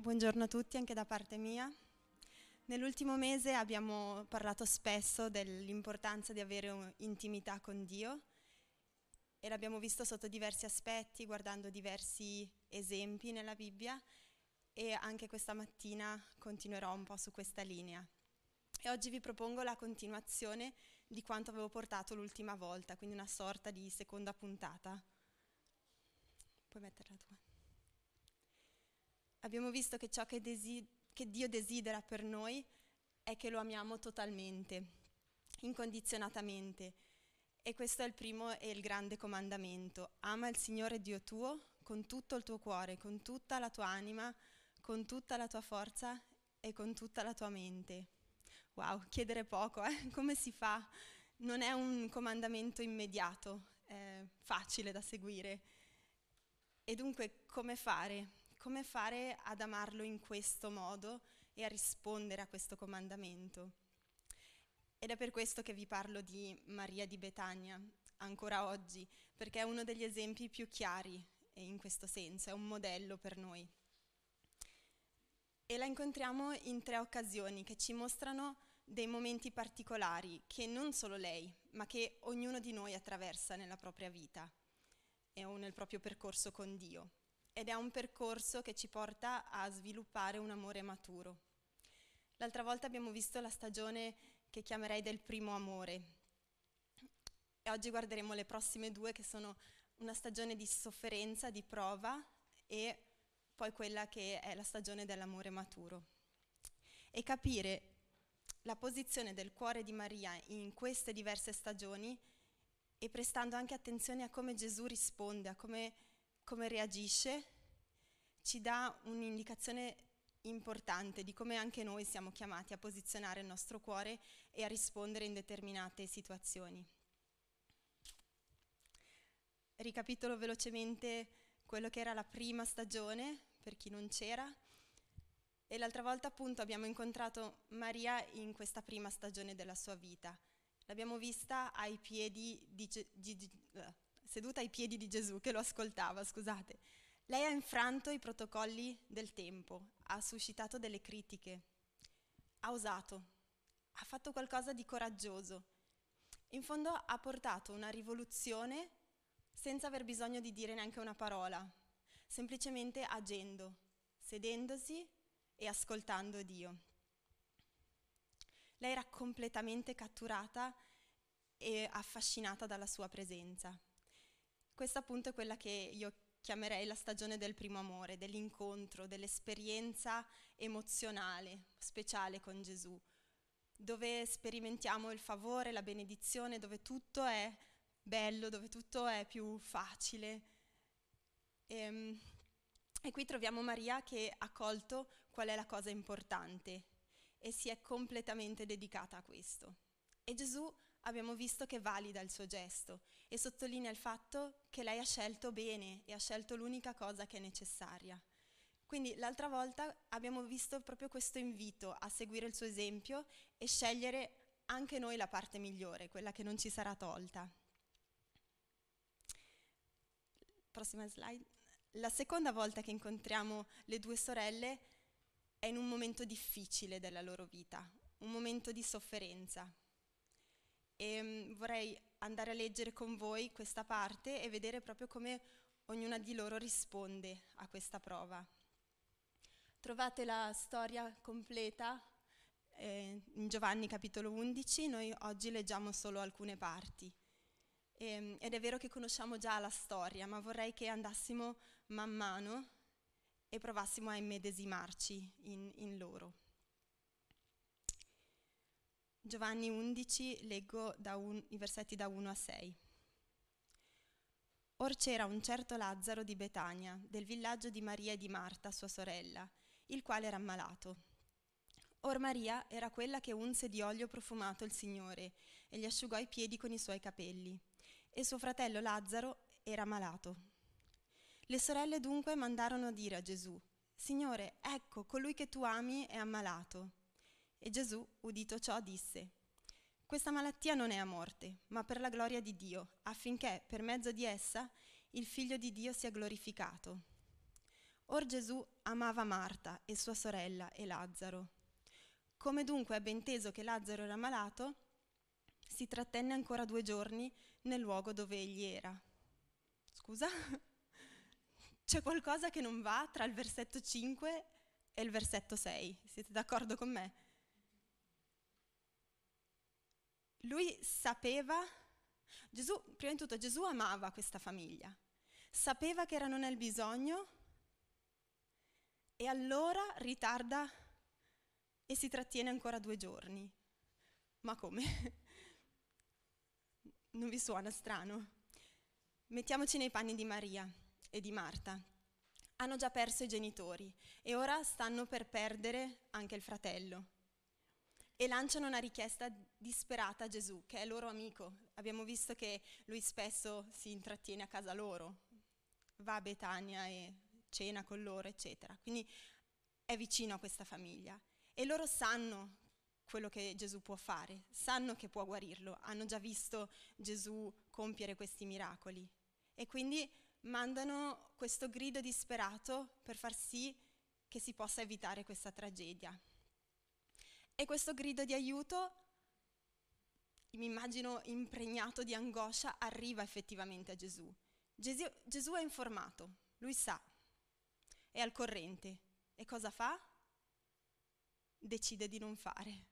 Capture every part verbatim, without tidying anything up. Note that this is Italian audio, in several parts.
Buongiorno a tutti anche da parte mia. Nell'ultimo mese abbiamo parlato spesso dell'importanza di avere intimità con Dio e l'abbiamo visto sotto diversi aspetti, guardando diversi esempi nella Bibbia, e anche questa mattina continuerò un po' su questa linea. E oggi vi propongo la continuazione di quanto avevo portato l'ultima volta, quindi una sorta di seconda puntata. Puoi metterla tua. Abbiamo visto che ciò che, desi- che Dio desidera per noi è che lo amiamo totalmente, incondizionatamente. E questo è il primo e il grande comandamento. Ama il Signore Dio tuo con tutto il tuo cuore, con tutta la tua anima, con tutta la tua forza e con tutta la tua mente. Wow, chiedere poco, eh? Come si fa? Non è un comandamento immediato, è facile da seguire. E dunque come fare? Come fare ad amarlo in questo modo e a rispondere a questo comandamento? Ed è per questo che vi parlo di Maria di Betania, ancora oggi, perché è uno degli esempi più chiari in questo senso, è un modello per noi. E la incontriamo in tre occasioni che ci mostrano dei momenti particolari che non solo lei, ma che ognuno di noi attraversa nella propria vita o nel proprio percorso con Dio. Ed è un percorso che ci porta a sviluppare un amore maturo. L'altra volta abbiamo visto la stagione che chiamerei del primo amore e oggi guarderemo le prossime due, che sono una stagione di sofferenza, di prova, e poi quella che è la stagione dell'amore maturo. E capire la posizione del cuore di Maria in queste diverse stagioni e prestando anche attenzione a come Gesù risponde, a come, come reagisce, ci dà un'indicazione importante di come anche noi siamo chiamati a posizionare il nostro cuore e a rispondere in determinate situazioni. Ricapitolo velocemente quello che era la prima stagione, per chi non c'era, e l'altra volta appunto abbiamo incontrato Maria in questa prima stagione della sua vita. L'abbiamo vista ai piedi di, Ge- di, di uh, seduta ai piedi di Gesù, che lo ascoltava, scusate. Lei ha infranto i protocolli del tempo, ha suscitato delle critiche, ha osato, ha fatto qualcosa di coraggioso. In fondo ha portato una rivoluzione senza aver bisogno di dire neanche una parola, semplicemente agendo, sedendosi e ascoltando Dio. Lei era completamente catturata e affascinata dalla sua presenza. Questa appunto è quella che io chiamerei la stagione del primo amore, dell'incontro, dell'esperienza emozionale, speciale con Gesù, dove sperimentiamo il favore, la benedizione, dove tutto è bello, dove tutto è più facile. E, e qui troviamo Maria che ha colto qual è la cosa importante e si è completamente dedicata a questo. E Gesù abbiamo visto che valida il suo gesto e sottolinea il fatto che lei ha scelto bene e ha scelto l'unica cosa che è necessaria. Quindi l'altra volta abbiamo visto proprio questo invito a seguire il suo esempio e scegliere anche noi la parte migliore, quella che non ci sarà tolta. Prossima slide. La seconda volta che incontriamo le due sorelle è in un momento difficile della loro vita, un momento di sofferenza. E vorrei andare a leggere con voi questa parte e vedere proprio come ognuna di loro risponde a questa prova. Trovate la storia completa eh, in Giovanni capitolo undici, noi oggi leggiamo solo alcune parti. E, ed è vero che conosciamo già la storia, ma vorrei che andassimo man mano e provassimo a immedesimarci in, in loro. Giovanni undici, leggo da un, i versetti da uno a sei. Or c'era un certo Lazzaro di Betania, del villaggio di Maria e di Marta, sua sorella, il quale era ammalato. Or Maria era quella che unse di olio profumato il Signore e gli asciugò i piedi con i suoi capelli, e suo fratello Lazzaro era malato. Le sorelle dunque mandarono a dire a Gesù: Signore, ecco, colui che tu ami è ammalato. E Gesù, udito ciò, disse: Questa malattia non è a morte, ma per la gloria di Dio, affinché per mezzo di essa il Figlio di Dio sia glorificato. Or Gesù amava Marta e sua sorella e Lazzaro. Come dunque ebbe inteso che Lazzaro era malato, si trattenne ancora due giorni nel luogo dove egli era. Scusa? C'è qualcosa che non va tra il versetto cinque e il versetto sei. Siete d'accordo con me? Lui sapeva, Gesù, prima di tutto Gesù amava questa famiglia, sapeva che erano nel bisogno e allora ritarda e si trattiene ancora due giorni. Ma come? Non vi suona strano? Mettiamoci nei panni di Maria e di Marta. Hanno già perso i genitori e ora stanno per perdere anche il fratello. E lanciano una richiesta disperata a Gesù, che è loro amico. Abbiamo visto che lui spesso si intrattiene a casa loro, va a Betania e cena con loro, eccetera. Quindi è vicino a questa famiglia. E loro sanno quello che Gesù può fare, sanno che può guarirlo, hanno già visto Gesù compiere questi miracoli. E quindi mandano questo grido disperato per far sì che si possa evitare questa tragedia. E questo grido di aiuto, mi immagino impregnato di angoscia, arriva effettivamente a Gesù. Gesù, Gesù è informato, lui sa, è al corrente. E cosa fa? Decide di non fare.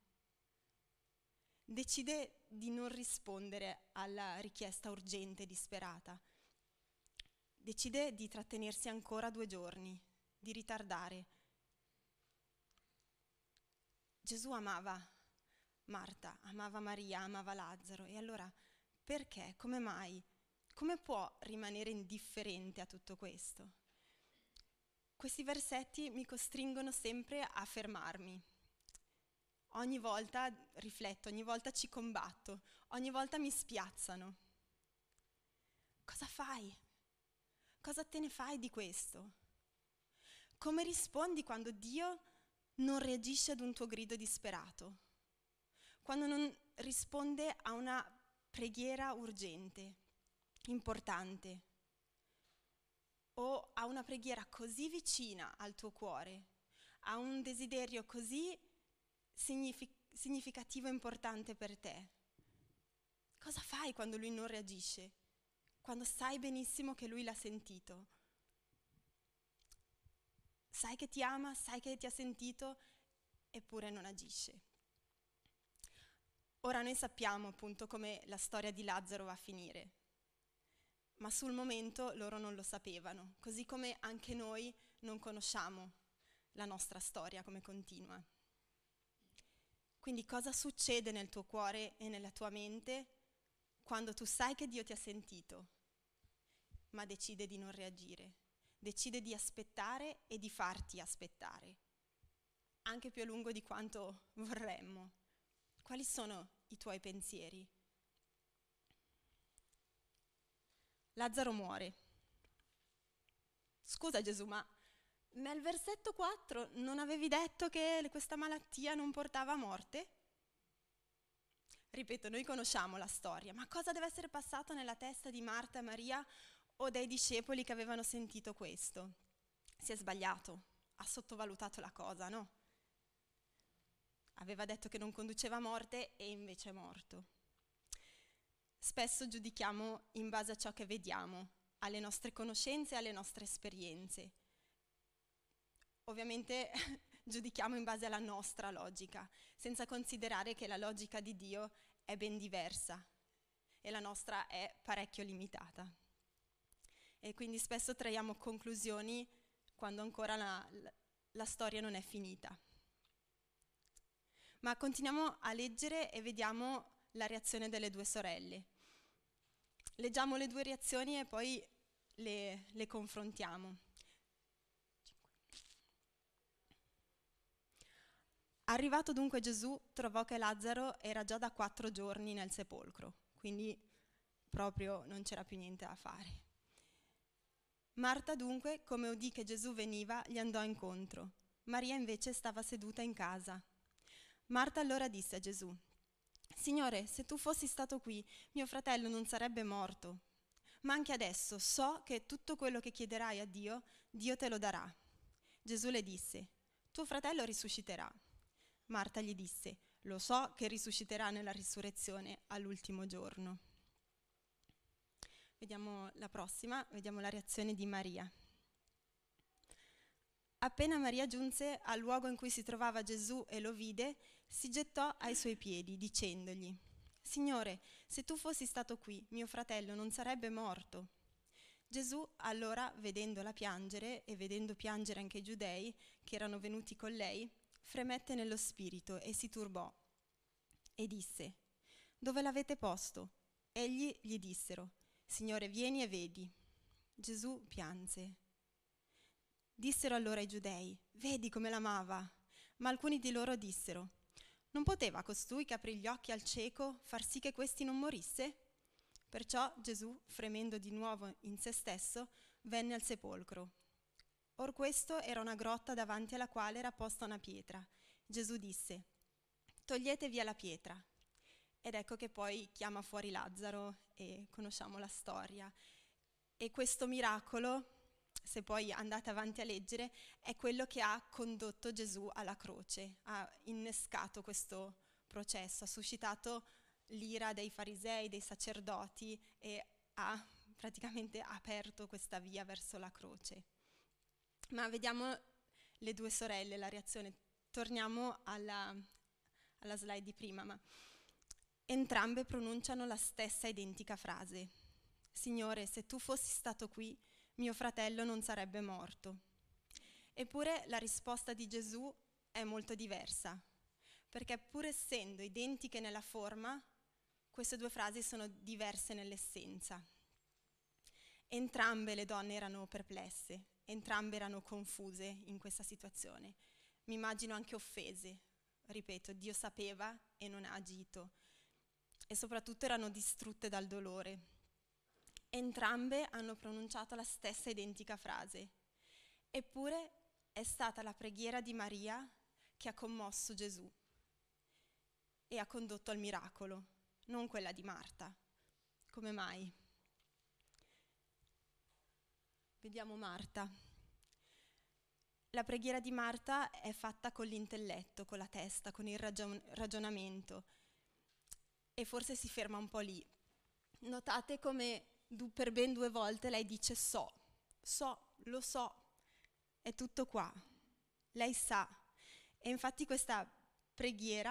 Decide di non rispondere alla richiesta urgente e disperata. Decide di trattenersi ancora due giorni, di ritardare. Gesù amava Marta, amava Maria, amava Lazzaro. E allora perché? Come mai? Come può rimanere indifferente a tutto questo? Questi versetti mi costringono sempre a fermarmi. Ogni volta rifletto, ogni volta ci combatto, ogni volta mi spiazzano. Cosa fai? Cosa te ne fai di questo? Come rispondi quando Dio non reagisce ad un tuo grido disperato? Quando non risponde a una preghiera urgente, importante, o a una preghiera così vicina al tuo cuore, a un desiderio così signific- significativo e importante per te? Cosa fai quando Lui non reagisce? Quando sai benissimo che Lui l'ha sentito? Sai che ti ama, sai che ti ha sentito, eppure non agisce. Ora noi sappiamo appunto come la storia di Lazzaro va a finire, ma sul momento loro non lo sapevano, così come anche noi non conosciamo la nostra storia, come continua. Quindi cosa succede nel tuo cuore e nella tua mente quando tu sai che Dio ti ha sentito, ma decide di non reagire, decide di aspettare e di farti aspettare, anche più a lungo di quanto vorremmo? Quali sono i tuoi pensieri? Lazzaro muore. Scusa Gesù, ma nel versetto quattro non avevi detto che questa malattia non portava a morte? Ripeto, noi conosciamo la storia, ma cosa deve essere passato nella testa di Marta e Maria o dei discepoli che avevano sentito questo? Si è sbagliato, ha sottovalutato la cosa, no? Aveva detto che non conduceva a morte e invece è morto. Spesso giudichiamo in base a ciò che vediamo, alle nostre conoscenze e alle nostre esperienze. Ovviamente giudichiamo in base alla nostra logica, senza considerare che la logica di Dio è ben diversa e la nostra è parecchio limitata. E quindi spesso traiamo conclusioni quando ancora la, la, la storia non è finita. Ma continuiamo a leggere e vediamo la reazione delle due sorelle. Leggiamo le due reazioni e poi le, le confrontiamo. Arrivato dunque Gesù, trovò che Lazzaro era già da quattro giorni nel sepolcro, quindi proprio non c'era più niente da fare. Marta dunque, come udì che Gesù veniva, gli andò incontro. Maria invece stava seduta in casa. Marta allora disse a Gesù: Signore, se tu fossi stato qui, mio fratello non sarebbe morto. Ma anche adesso so che tutto quello che chiederai a Dio, Dio te lo darà. Gesù le disse: tuo fratello risusciterà. Marta gli disse: lo so che risusciterà nella risurrezione all'ultimo giorno. Vediamo la prossima, vediamo la reazione di Maria. Appena Maria giunse al luogo in cui si trovava Gesù e lo vide, si gettò ai suoi piedi, dicendogli: Signore, se tu fossi stato qui, mio fratello non sarebbe morto. Gesù allora, vedendola piangere e vedendo piangere anche i giudei che erano venuti con lei, fremette nello spirito e si turbò e disse: dove l'avete posto? Egli gli dissero: Signore, vieni e vedi. Gesù pianse. Dissero allora i giudei: vedi come l'amava. Ma alcuni di loro dissero: non poteva costui che aprì gli occhi al cieco far sì che questi non morisse? Perciò Gesù, fremendo di nuovo in se stesso, venne al sepolcro. Or questo era una grotta davanti alla quale era posta una pietra. Gesù disse: togliete via la pietra. Ed ecco che poi chiama fuori Lazzaro e conosciamo la storia. E questo miracolo, se poi andate avanti a leggere, è quello che ha condotto Gesù alla croce, ha innescato questo processo, ha suscitato l'ira dei farisei, dei sacerdoti e ha praticamente aperto questa via verso la croce. Ma vediamo le due sorelle, la reazione. Torniamo alla, alla slide di prima, ma entrambe pronunciano la stessa identica frase: Signore, se tu fossi stato qui, mio fratello non sarebbe morto. Eppure la risposta di Gesù è molto diversa, perché pur essendo identiche nella forma, queste due frasi sono diverse nell'essenza. Entrambe le donne erano perplesse, entrambe erano confuse in questa situazione. Mi immagino anche offese. Ripeto, Dio sapeva e non ha agito. E soprattutto erano distrutte dal dolore. Entrambe hanno pronunciato la stessa identica frase. Eppure è stata la preghiera di Maria che ha commosso Gesù e ha condotto al miracolo, non quella di Marta. Come mai? Vediamo Marta. La preghiera di Marta è fatta con l'intelletto, con la testa, con il ragion- ragionamento e forse si ferma un po' lì. Notate come du- per ben due volte lei dice so, so, lo so, è tutto qua. Lei sa. E infatti questa preghiera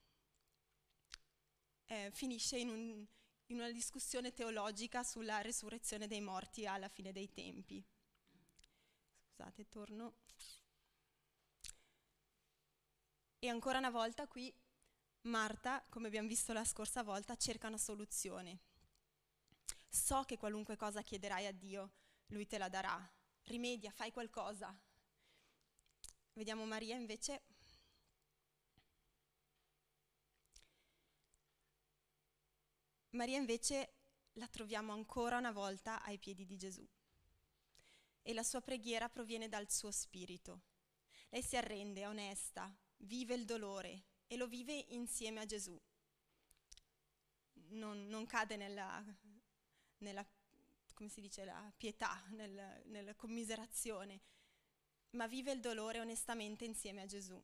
eh, finisce in, un, in una discussione teologica sulla resurrezione dei morti alla fine dei tempi. Scusate, torno. E ancora una volta qui Marta, come abbiamo visto la scorsa volta, cerca una soluzione. So che qualunque cosa chiederai a Dio, Lui te la darà. Rimedia, fai qualcosa. Vediamo Maria invece. Maria invece la troviamo ancora una volta ai piedi di Gesù. E la sua preghiera proviene dal suo spirito. Lei si arrende, è onesta, vive il dolore e lo vive insieme a Gesù. Non, non cade nella, nella, come si dice, la pietà, nel, nella commiserazione, ma vive il dolore onestamente insieme a Gesù.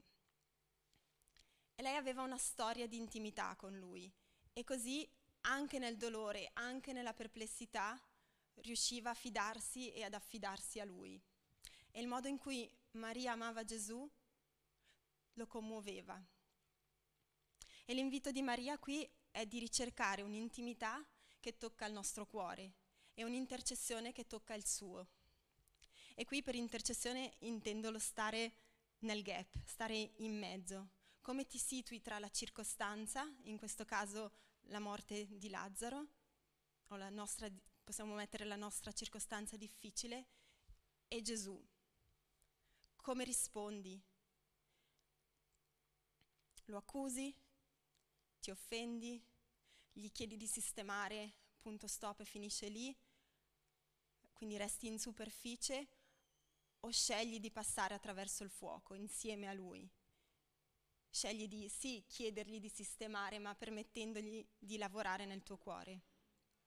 E lei aveva una storia di intimità con lui e così anche nel dolore, anche nella perplessità, riusciva a fidarsi e ad affidarsi a lui. E il modo in cui Maria amava Gesù lo commuoveva. E l'invito di Maria qui è di ricercare un'intimità che tocca il nostro cuore e un'intercessione che tocca il suo. E qui per intercessione intendo lo stare nel gap, stare in mezzo. Come ti situi tra la circostanza, in questo caso la morte di Lazzaro, o la nostra, possiamo mettere la nostra circostanza difficile, e Gesù. Come rispondi? Lo accusi? Ti offendi? Gli chiedi di sistemare, punto stop e finisce lì? Quindi resti in superficie? O scegli di passare attraverso il fuoco insieme a lui? Scegli di, sì, chiedergli di sistemare, ma permettendogli di lavorare nel tuo cuore.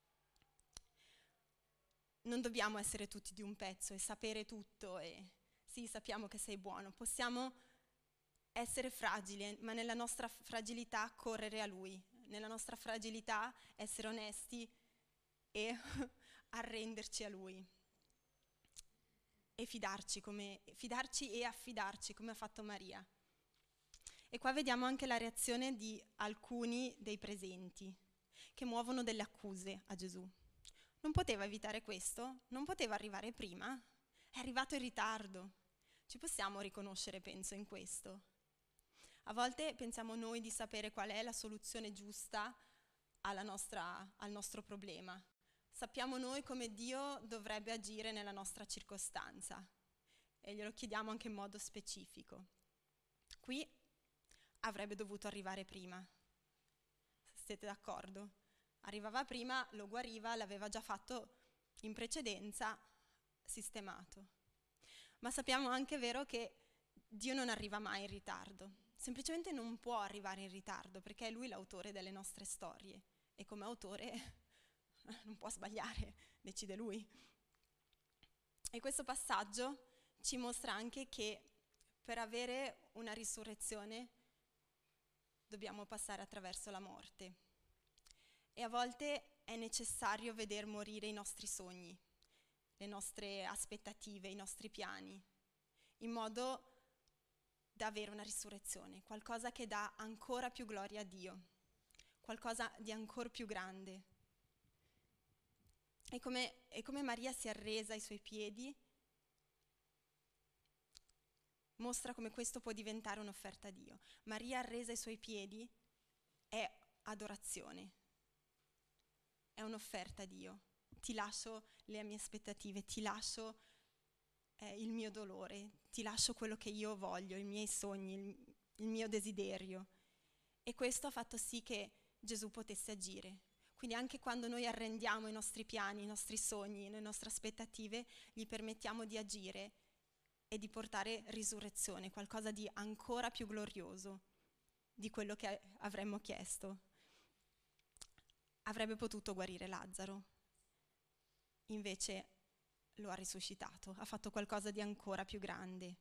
Non dobbiamo essere tutti di un pezzo e sapere tutto e sì, sappiamo che sei buono, possiamo essere fragili, ma nella nostra fragilità correre a Lui, nella nostra fragilità essere onesti e arrenderci a Lui e fidarci, come, fidarci e affidarci come ha fatto Maria. E qua vediamo anche la reazione di alcuni dei presenti che muovono delle accuse a Gesù. Non poteva evitare questo? Non poteva arrivare prima? È arrivato in ritardo. Ci possiamo riconoscere, penso, in questo. A volte pensiamo noi di sapere qual è la soluzione giusta alla nostra, al nostro problema. Sappiamo noi come Dio dovrebbe agire nella nostra circostanza e glielo chiediamo anche in modo specifico. Qui avrebbe dovuto arrivare prima. Siete d'accordo? Arrivava prima, lo guariva, l'aveva già fatto in precedenza, sistemato. Ma sappiamo anche, vero, che Dio non arriva mai in ritardo. Semplicemente non può arrivare in ritardo perché è Lui l'autore delle nostre storie e come autore non può sbagliare, decide Lui. E questo passaggio ci mostra anche che per avere una risurrezione dobbiamo passare attraverso la morte. E a volte è necessario veder morire i nostri sogni, le nostre aspettative, i nostri piani, in modo da avere una risurrezione, qualcosa che dà ancora più gloria a Dio, qualcosa di ancora più grande. E come, e come Maria si è arresa ai suoi piedi, mostra come questo può diventare un'offerta a Dio. Maria arresa ai suoi piedi è adorazione, è un'offerta a Dio. Ti lascio le mie aspettative, ti lascio eh, il mio dolore, ti lascio quello che io voglio, i miei sogni, il, il mio desiderio. E questo ha fatto sì che Gesù potesse agire. Quindi anche quando noi arrendiamo i nostri piani, i nostri sogni, le nostre aspettative, gli permettiamo di agire e di portare risurrezione, qualcosa di ancora più glorioso di quello che avremmo chiesto. Avrebbe potuto guarire Lazzaro, invece lo ha risuscitato, ha fatto qualcosa di ancora più grande.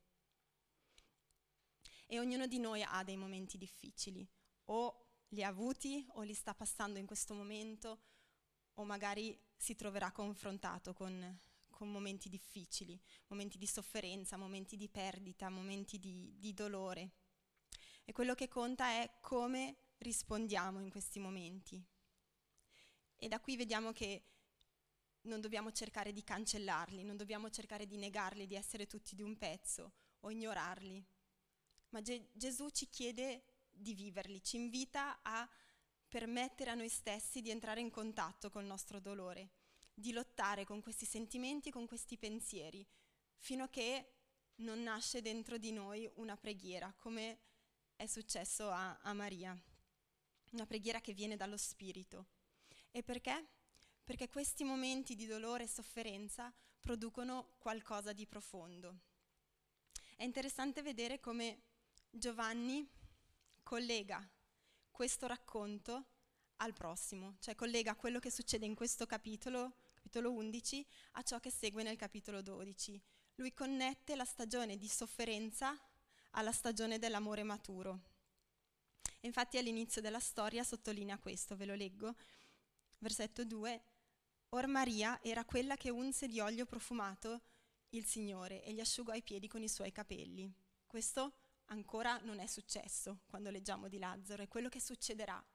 E ognuno di noi ha dei momenti difficili, o li ha avuti o li sta passando in questo momento, o magari si troverà confrontato con, con momenti difficili, momenti di sofferenza, momenti di perdita, momenti di, di dolore. E quello che conta è come rispondiamo in questi momenti. E da qui vediamo che non dobbiamo cercare di cancellarli, non dobbiamo cercare di negarli, di essere tutti di un pezzo o ignorarli. Ma Ge- Gesù ci chiede di viverli, ci invita a permettere a noi stessi di entrare in contatto col nostro dolore, di lottare con questi sentimenti, con questi pensieri, fino a che non nasce dentro di noi una preghiera, come è successo a, a Maria, una preghiera che viene dallo Spirito. E perché? Perché questi momenti di dolore e sofferenza producono qualcosa di profondo. È interessante vedere come Giovanni collega questo racconto al prossimo, cioè collega quello che succede in questo capitolo, capitolo undici, a ciò che segue nel capitolo dodici. Lui connette la stagione di sofferenza alla stagione dell'amore maturo. E infatti all'inizio della storia sottolinea questo, ve lo leggo, versetto due. Or Maria era quella che unse di olio profumato il Signore e gli asciugò i piedi con i suoi capelli. Questo ancora non è successo quando leggiamo di Lazzaro, è quello che succederà.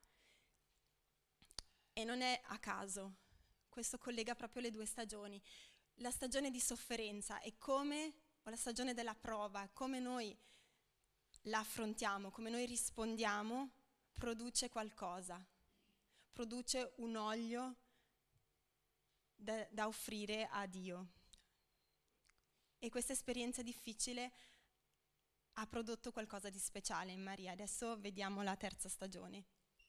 E non è a caso, questo collega proprio le due stagioni. La stagione di sofferenza è come, o la stagione della prova, come noi la affrontiamo, come noi rispondiamo, produce qualcosa, produce un olio da, da offrire a Dio. E questa esperienza difficile ha prodotto qualcosa di speciale in Maria. Adesso vediamo la terza stagione.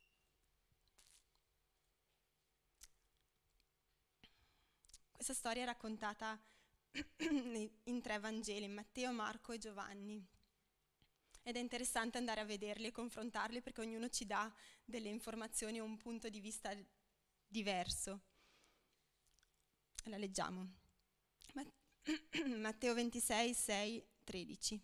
Questa storia è raccontata in tre Vangeli, in Matteo, Marco e Giovanni. Ed è interessante andare a vederli e confrontarli perché ognuno ci dà delle informazioni o un punto di vista diverso. La leggiamo. Matteo ventisei, sei, tredici.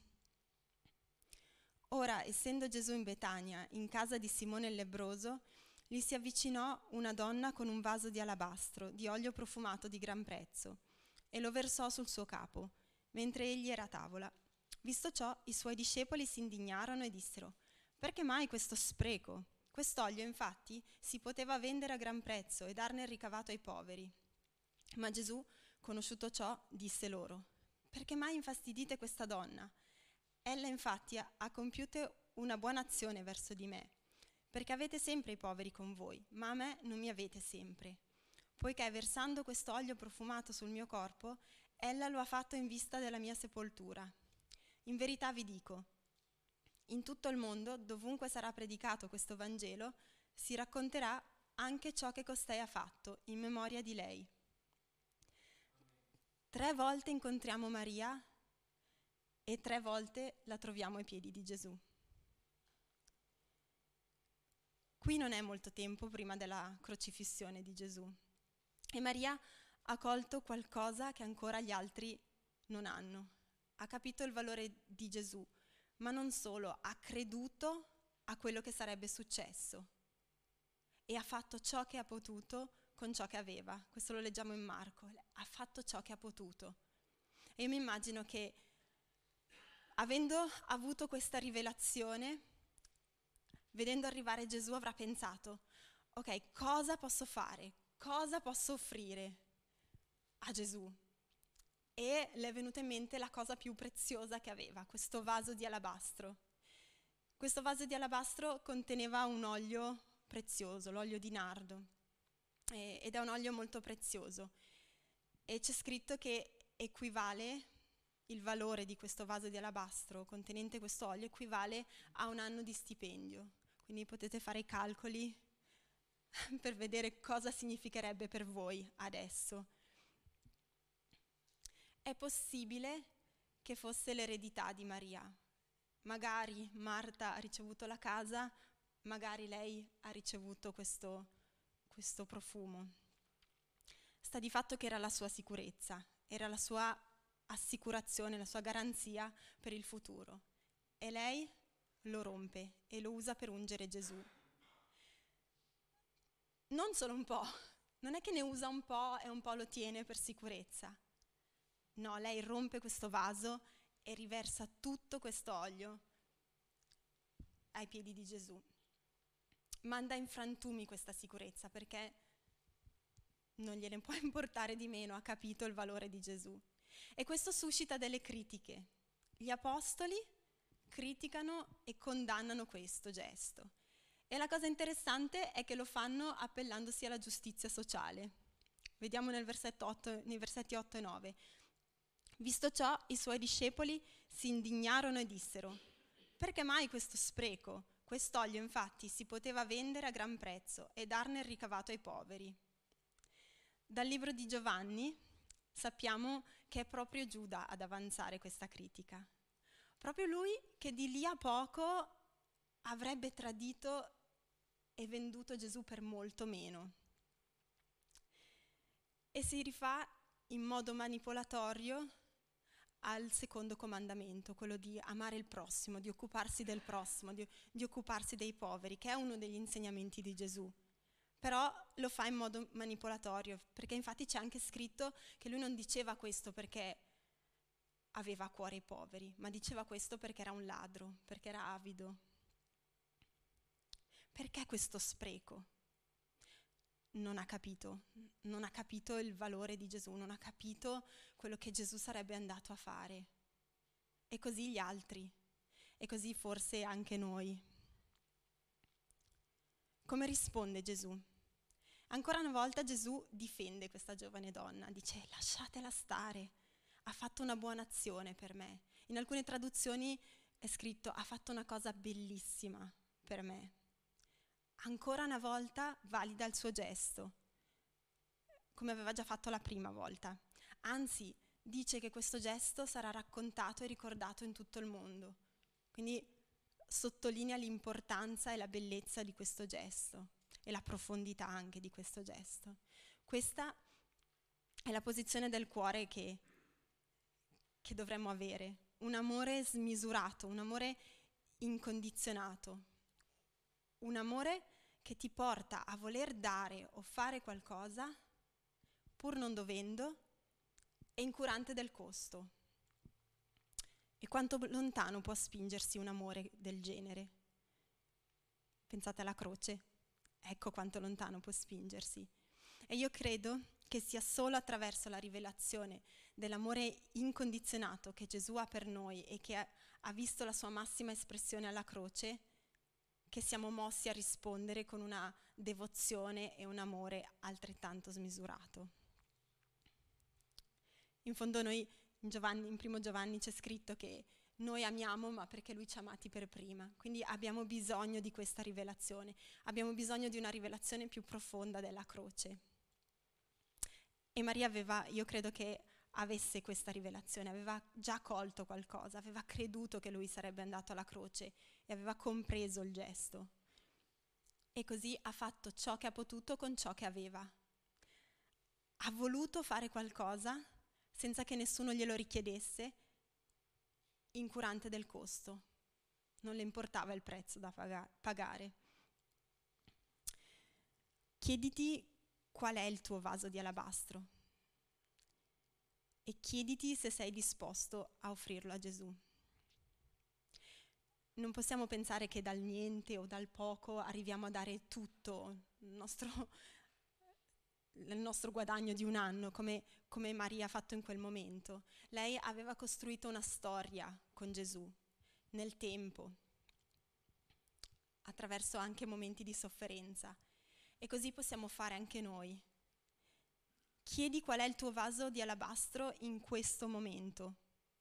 Ora, essendo Gesù in Betania, in casa di Simone il lebbroso, gli si avvicinò una donna con un vaso di alabastro, di olio profumato di gran prezzo, e lo versò sul suo capo, mentre egli era a tavola. Visto ciò, i suoi discepoli si indignarono e dissero: «Perché mai questo spreco? Quest'olio, infatti, si poteva vendere a gran prezzo e darne il ricavato ai poveri». Ma Gesù, conosciuto ciò, disse loro: «Perché mai infastidite questa donna? Ella infatti ha, ha compiuto una buona azione verso di me, perché avete sempre i poveri con voi, ma a me non mi avete sempre. Poiché versando questo olio profumato sul mio corpo, ella lo ha fatto in vista della mia sepoltura. In verità vi dico, in tutto il mondo, dovunque sarà predicato questo Vangelo, si racconterà anche ciò che costei ha fatto, in memoria di lei». Tre volte incontriamo Maria e tre volte la troviamo ai piedi di Gesù. Qui non è molto tempo prima della crocifissione di Gesù e Maria ha colto qualcosa che ancora gli altri non hanno. Ha capito il valore di Gesù, ma non solo, ha creduto a quello che sarebbe successo e ha fatto ciò che ha potuto con ciò che aveva. Questo lo leggiamo in Marco. Ha fatto ciò che ha potuto. E io mi immagino che, avendo avuto questa rivelazione, vedendo arrivare Gesù, avrà pensato: ok, cosa posso fare? Cosa posso offrire a Gesù? E le è venuta in mente la cosa più preziosa che aveva, questo vaso di alabastro. Questo vaso di alabastro conteneva un olio prezioso, l'olio di nardo, e, ed è un olio molto prezioso. E c'è scritto che equivale, il valore di questo vaso di alabastro contenente questo olio equivale a un anno di stipendio. Quindi potete fare i calcoli per vedere cosa significherebbe per voi adesso. È possibile che fosse l'eredità di Maria. Magari Marta ha ricevuto la casa, magari lei ha ricevuto questo, questo profumo. Sta di fatto che era la sua sicurezza, era la sua assicurazione, la sua garanzia per il futuro. E lei lo rompe e lo usa per ungere Gesù. Non solo un po', non è che ne usa un po' e un po' lo tiene per sicurezza. No, lei rompe questo vaso e riversa tutto questo olio ai piedi di Gesù. Manda in frantumi questa sicurezza perché non gliene può importare di meno, ha capito il valore di Gesù. E questo suscita delle critiche. Gli apostoli criticano e condannano questo gesto. E la cosa interessante è che lo fanno appellandosi alla giustizia sociale. Vediamo nel versetto otto, nei versetti otto e nove. Visto ciò, i suoi discepoli si indignarono e dissero: «Perché mai questo spreco? Quest'olio infatti si poteva vendere a gran prezzo e darne il ricavato ai poveri». Dal libro di Giovanni sappiamo che è proprio Giuda ad avanzare questa critica. Proprio lui che di lì a poco avrebbe tradito e venduto Gesù per molto meno. E si rifà in modo manipolatorio al secondo comandamento, quello di amare il prossimo, di occuparsi del prossimo, di, di occuparsi dei poveri, che è uno degli insegnamenti di Gesù. Però lo fa in modo manipolatorio, perché infatti c'è anche scritto che lui non diceva questo perché aveva a cuore i poveri, ma diceva questo perché era un ladro, perché era avido. Perché questo spreco? Non ha capito, non ha capito il valore di Gesù, non ha capito quello che Gesù sarebbe andato a fare. E così gli altri, e così forse anche noi. Come risponde Gesù? Ancora una volta Gesù difende questa giovane donna, dice: lasciatela stare, ha fatto una buona azione per me. In alcune traduzioni è scritto: ha fatto una cosa bellissima per me. Ancora una volta valida il suo gesto, come aveva già fatto la prima volta. Anzi, dice che questo gesto sarà raccontato e ricordato in tutto il mondo. Quindi sottolinea l'importanza e la bellezza di questo gesto e la profondità anche di questo gesto. Questa è la posizione del cuore che, che dovremmo avere, un amore smisurato, un amore incondizionato, un amore che ti porta a voler dare o fare qualcosa pur non dovendo e incurante del costo. E quanto lontano può spingersi un amore del genere? Pensate alla croce, ecco quanto lontano può spingersi. E io credo che sia solo attraverso la rivelazione dell'amore incondizionato che Gesù ha per noi e che ha, ha visto la sua massima espressione alla croce, che siamo mossi a rispondere con una devozione e un amore altrettanto smisurato. In fondo noi, in, Giovanni, in primo Giovanni c'è scritto che noi amiamo ma perché lui ci ha amati per prima, quindi abbiamo bisogno di questa rivelazione, abbiamo bisogno di una rivelazione più profonda della croce. E Maria aveva, io credo che avesse questa rivelazione, aveva già colto qualcosa, aveva creduto che lui sarebbe andato alla croce e aveva compreso il gesto. E così ha fatto ciò che ha potuto con ciò che aveva. Ha voluto fare qualcosa senza che nessuno glielo richiedesse, incurante del costo. Non le importava il prezzo da paga- pagare. Chiediti qual è il tuo vaso di alabastro e chiediti se sei disposto a offrirlo a Gesù. Non possiamo pensare che dal niente o dal poco arriviamo a dare tutto, il nostro, il nostro guadagno di un anno, come, come Maria ha fatto in quel momento. Lei aveva costruito una storia con Gesù nel tempo, attraverso anche momenti di sofferenza. E così possiamo fare anche noi. Chiedi qual è il tuo vaso di alabastro in questo momento.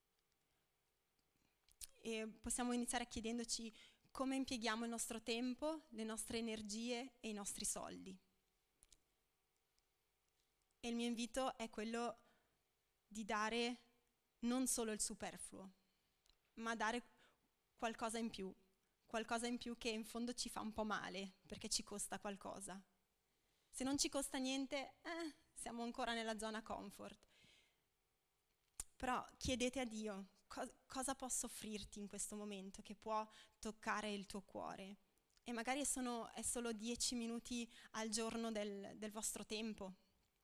E possiamo iniziare chiedendoci come impieghiamo il nostro tempo, le nostre energie e i nostri soldi. E il mio invito è quello di dare non solo il superfluo, ma dare qualcosa in più, qualcosa in più che in fondo ci fa un po' male, perché ci costa qualcosa. Se non ci costa niente, eh, siamo ancora nella zona comfort. Però chiedete a Dio co- cosa posso offrirti in questo momento che può toccare il tuo cuore. E magari sono, è solo dieci minuti al giorno del, del vostro tempo.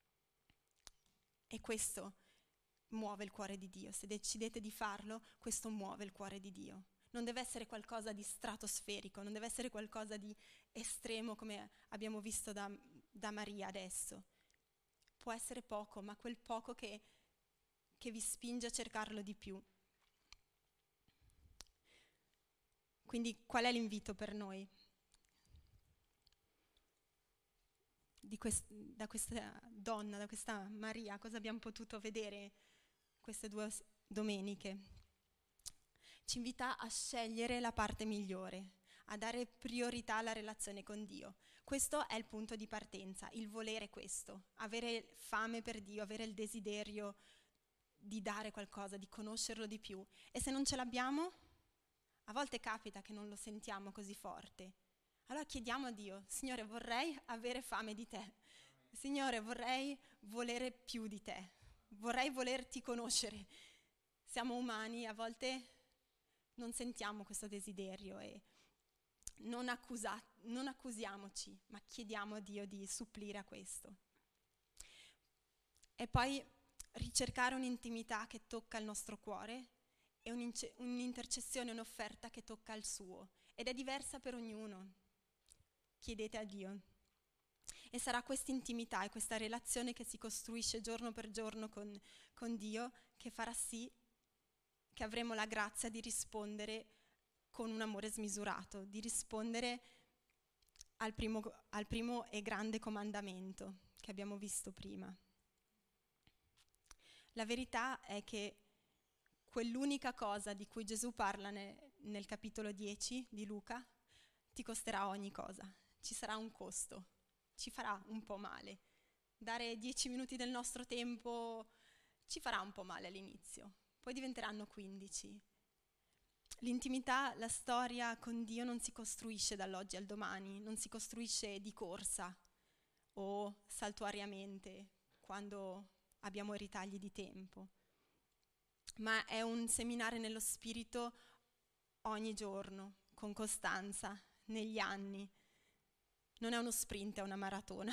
E questo muove il cuore di Dio. Se decidete di farlo, questo muove il cuore di Dio. Non deve essere qualcosa di stratosferico, non deve essere qualcosa di estremo come abbiamo visto da, da Maria adesso. Può essere poco, ma quel poco che, che vi spinge a cercarlo di più. Quindi qual è l'invito per noi? Di quest- da questa donna, da questa Maria, cosa abbiamo potuto vedere queste due domeniche? Ci invita a scegliere la parte migliore, a dare priorità alla relazione con Dio. Questo è il punto di partenza, il volere questo, avere fame per Dio, avere il desiderio di dare qualcosa, di conoscerlo di più. E se non ce l'abbiamo, a volte capita che non lo sentiamo così forte. Allora chiediamo a Dio, Signore, vorrei avere fame di te. Signore, vorrei volere più di te. Vorrei volerti conoscere. Siamo umani, a volte non sentiamo questo desiderio e non, accusa- non accusiamoci, ma chiediamo a Dio di supplire a questo. E poi ricercare un'intimità che tocca il nostro cuore e un'ince- un'intercessione, un'offerta che tocca il suo. Ed è diversa per ognuno. Chiedete a Dio. E sarà questa intimità e questa relazione che si costruisce giorno per giorno con, con Dio che farà sì che avremo la grazia di rispondere con un amore smisurato, di rispondere al primo, al primo e grande comandamento che abbiamo visto prima. La verità è che quell'unica cosa di cui Gesù parla ne, nel capitolo dieci di Luca ti costerà ogni cosa, ci sarà un costo, ci farà un po' male. Dare dieci minuti del nostro tempo ci farà un po' male all'inizio, poi diventeranno quindici. L'intimità, la storia con Dio non si costruisce dall'oggi al domani, non si costruisce di corsa o saltuariamente quando abbiamo i ritagli di tempo. ma è un seminare nello Spirito ogni giorno, con costanza, negli anni. Non è uno sprint, è una maratona.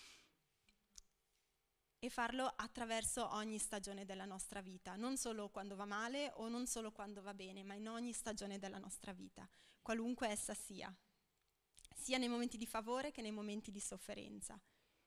E farlo attraverso ogni stagione della nostra vita, non solo quando va male o non solo quando va bene, ma in ogni stagione della nostra vita, qualunque essa sia, sia nei momenti di favore che nei momenti di sofferenza.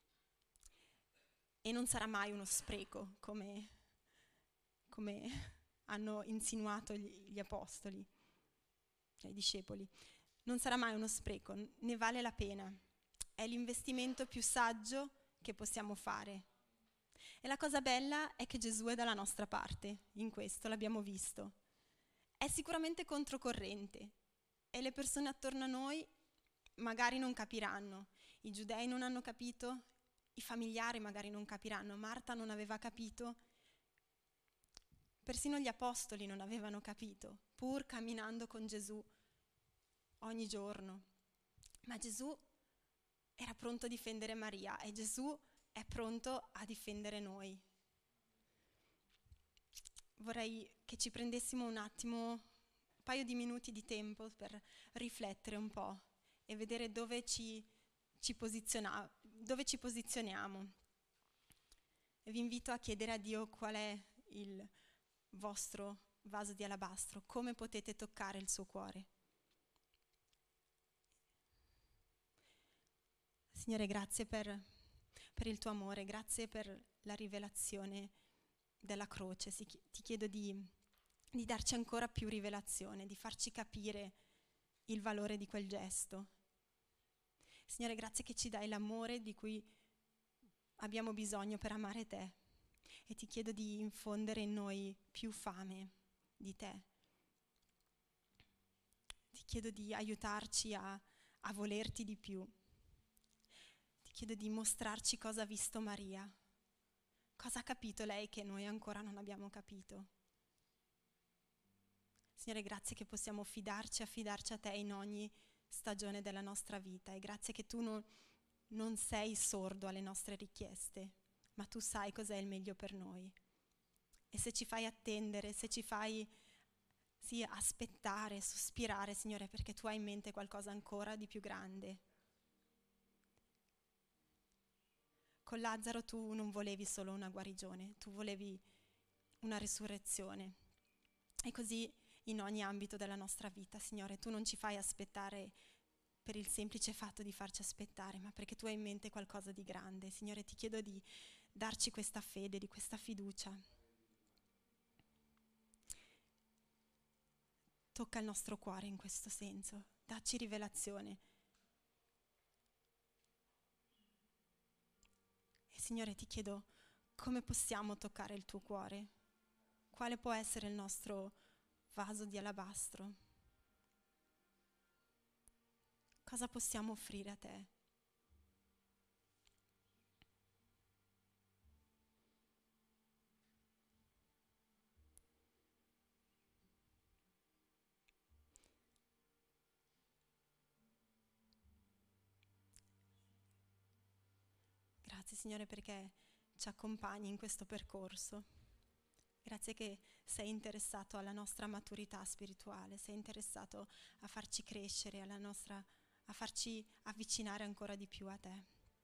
E non sarà mai uno spreco, come, come hanno insinuato gli, gli apostoli, cioè i discepoli. Non sarà mai uno spreco, ne vale la pena. È l'investimento più saggio che possiamo fare. E la cosa bella è che Gesù è dalla nostra parte, in questo l'abbiamo visto. È sicuramente controcorrente e le persone attorno a noi magari non capiranno. I giudei non hanno capito, i familiari magari non capiranno, Marta non aveva capito, persino gli apostoli non avevano capito, pur camminando con Gesù ogni giorno. Ma Gesù era pronto a difendere Maria e Gesù è pronto a difendere noi. Vorrei che ci prendessimo un attimo, un paio di minuti di tempo per riflettere un po' e vedere dove ci, ci, posiziona, dove ci posizioniamo. E vi invito a chiedere a Dio qual è il vostro vaso di alabastro, come potete toccare il suo cuore. Signore, grazie per, per il tuo amore, grazie per la rivelazione della croce. Ti chiedo di, di darci ancora più rivelazione, di farci capire il valore di quel gesto. Signore, grazie che ci dai l'amore di cui abbiamo bisogno per amare te e ti chiedo di infondere in noi più fame di te. Ti chiedo di aiutarci a, a volerti di più. Ti chiedo di mostrarci cosa ha visto Maria, cosa ha capito lei che noi ancora non abbiamo capito. Signore, grazie che possiamo fidarci e affidarci a te in ogni stagione della nostra vita e grazie che tu non, non sei sordo alle nostre richieste, ma tu sai cos'è il meglio per noi. E se ci fai attendere, se ci fai sì, aspettare, sospirare, Signore, perché tu hai in mente qualcosa ancora di più grande. Con Lazzaro tu non volevi solo una guarigione, tu volevi una risurrezione. E così in ogni ambito della nostra vita, Signore, tu non ci fai aspettare per il semplice fatto di farci aspettare, ma perché tu hai in mente qualcosa di grande. Signore, ti chiedo di darci questa fede, di questa fiducia. Tocca il nostro cuore in questo senso, dacci rivelazione. E Signore, ti chiedo come possiamo toccare il tuo cuore? Quale può essere il nostro vaso di alabastro? Cosa possiamo offrire a te? Grazie Signore perché ci accompagni in questo percorso. Grazie che sei interessato alla nostra maturità spirituale, sei interessato a farci crescere, alla nostra, a farci avvicinare ancora di più a te.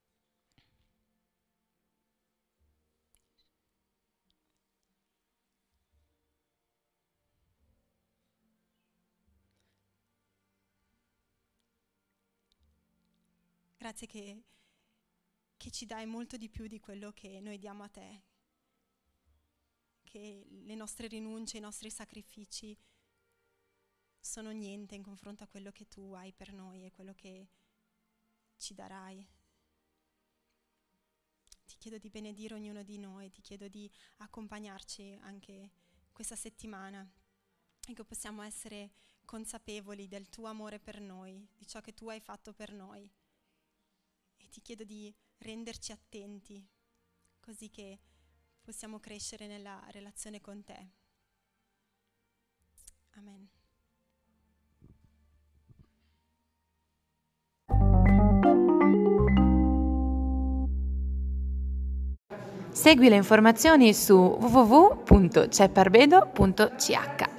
Grazie che, che ci dai molto di più di quello che noi diamo a te, che le nostre rinunce, i nostri sacrifici sono niente in confronto a quello che tu hai per noi e quello che ci darai. Ti chiedo di benedire ognuno di noi, ti chiedo di accompagnarci anche questa settimana e che possiamo essere consapevoli del tuo amore per noi, di ciò che tu hai fatto per noi. E ti chiedo di renderci attenti, così che possiamo crescere nella relazione con te. Amen. Segui le informazioni su w w w punto cepparbedo punto c h.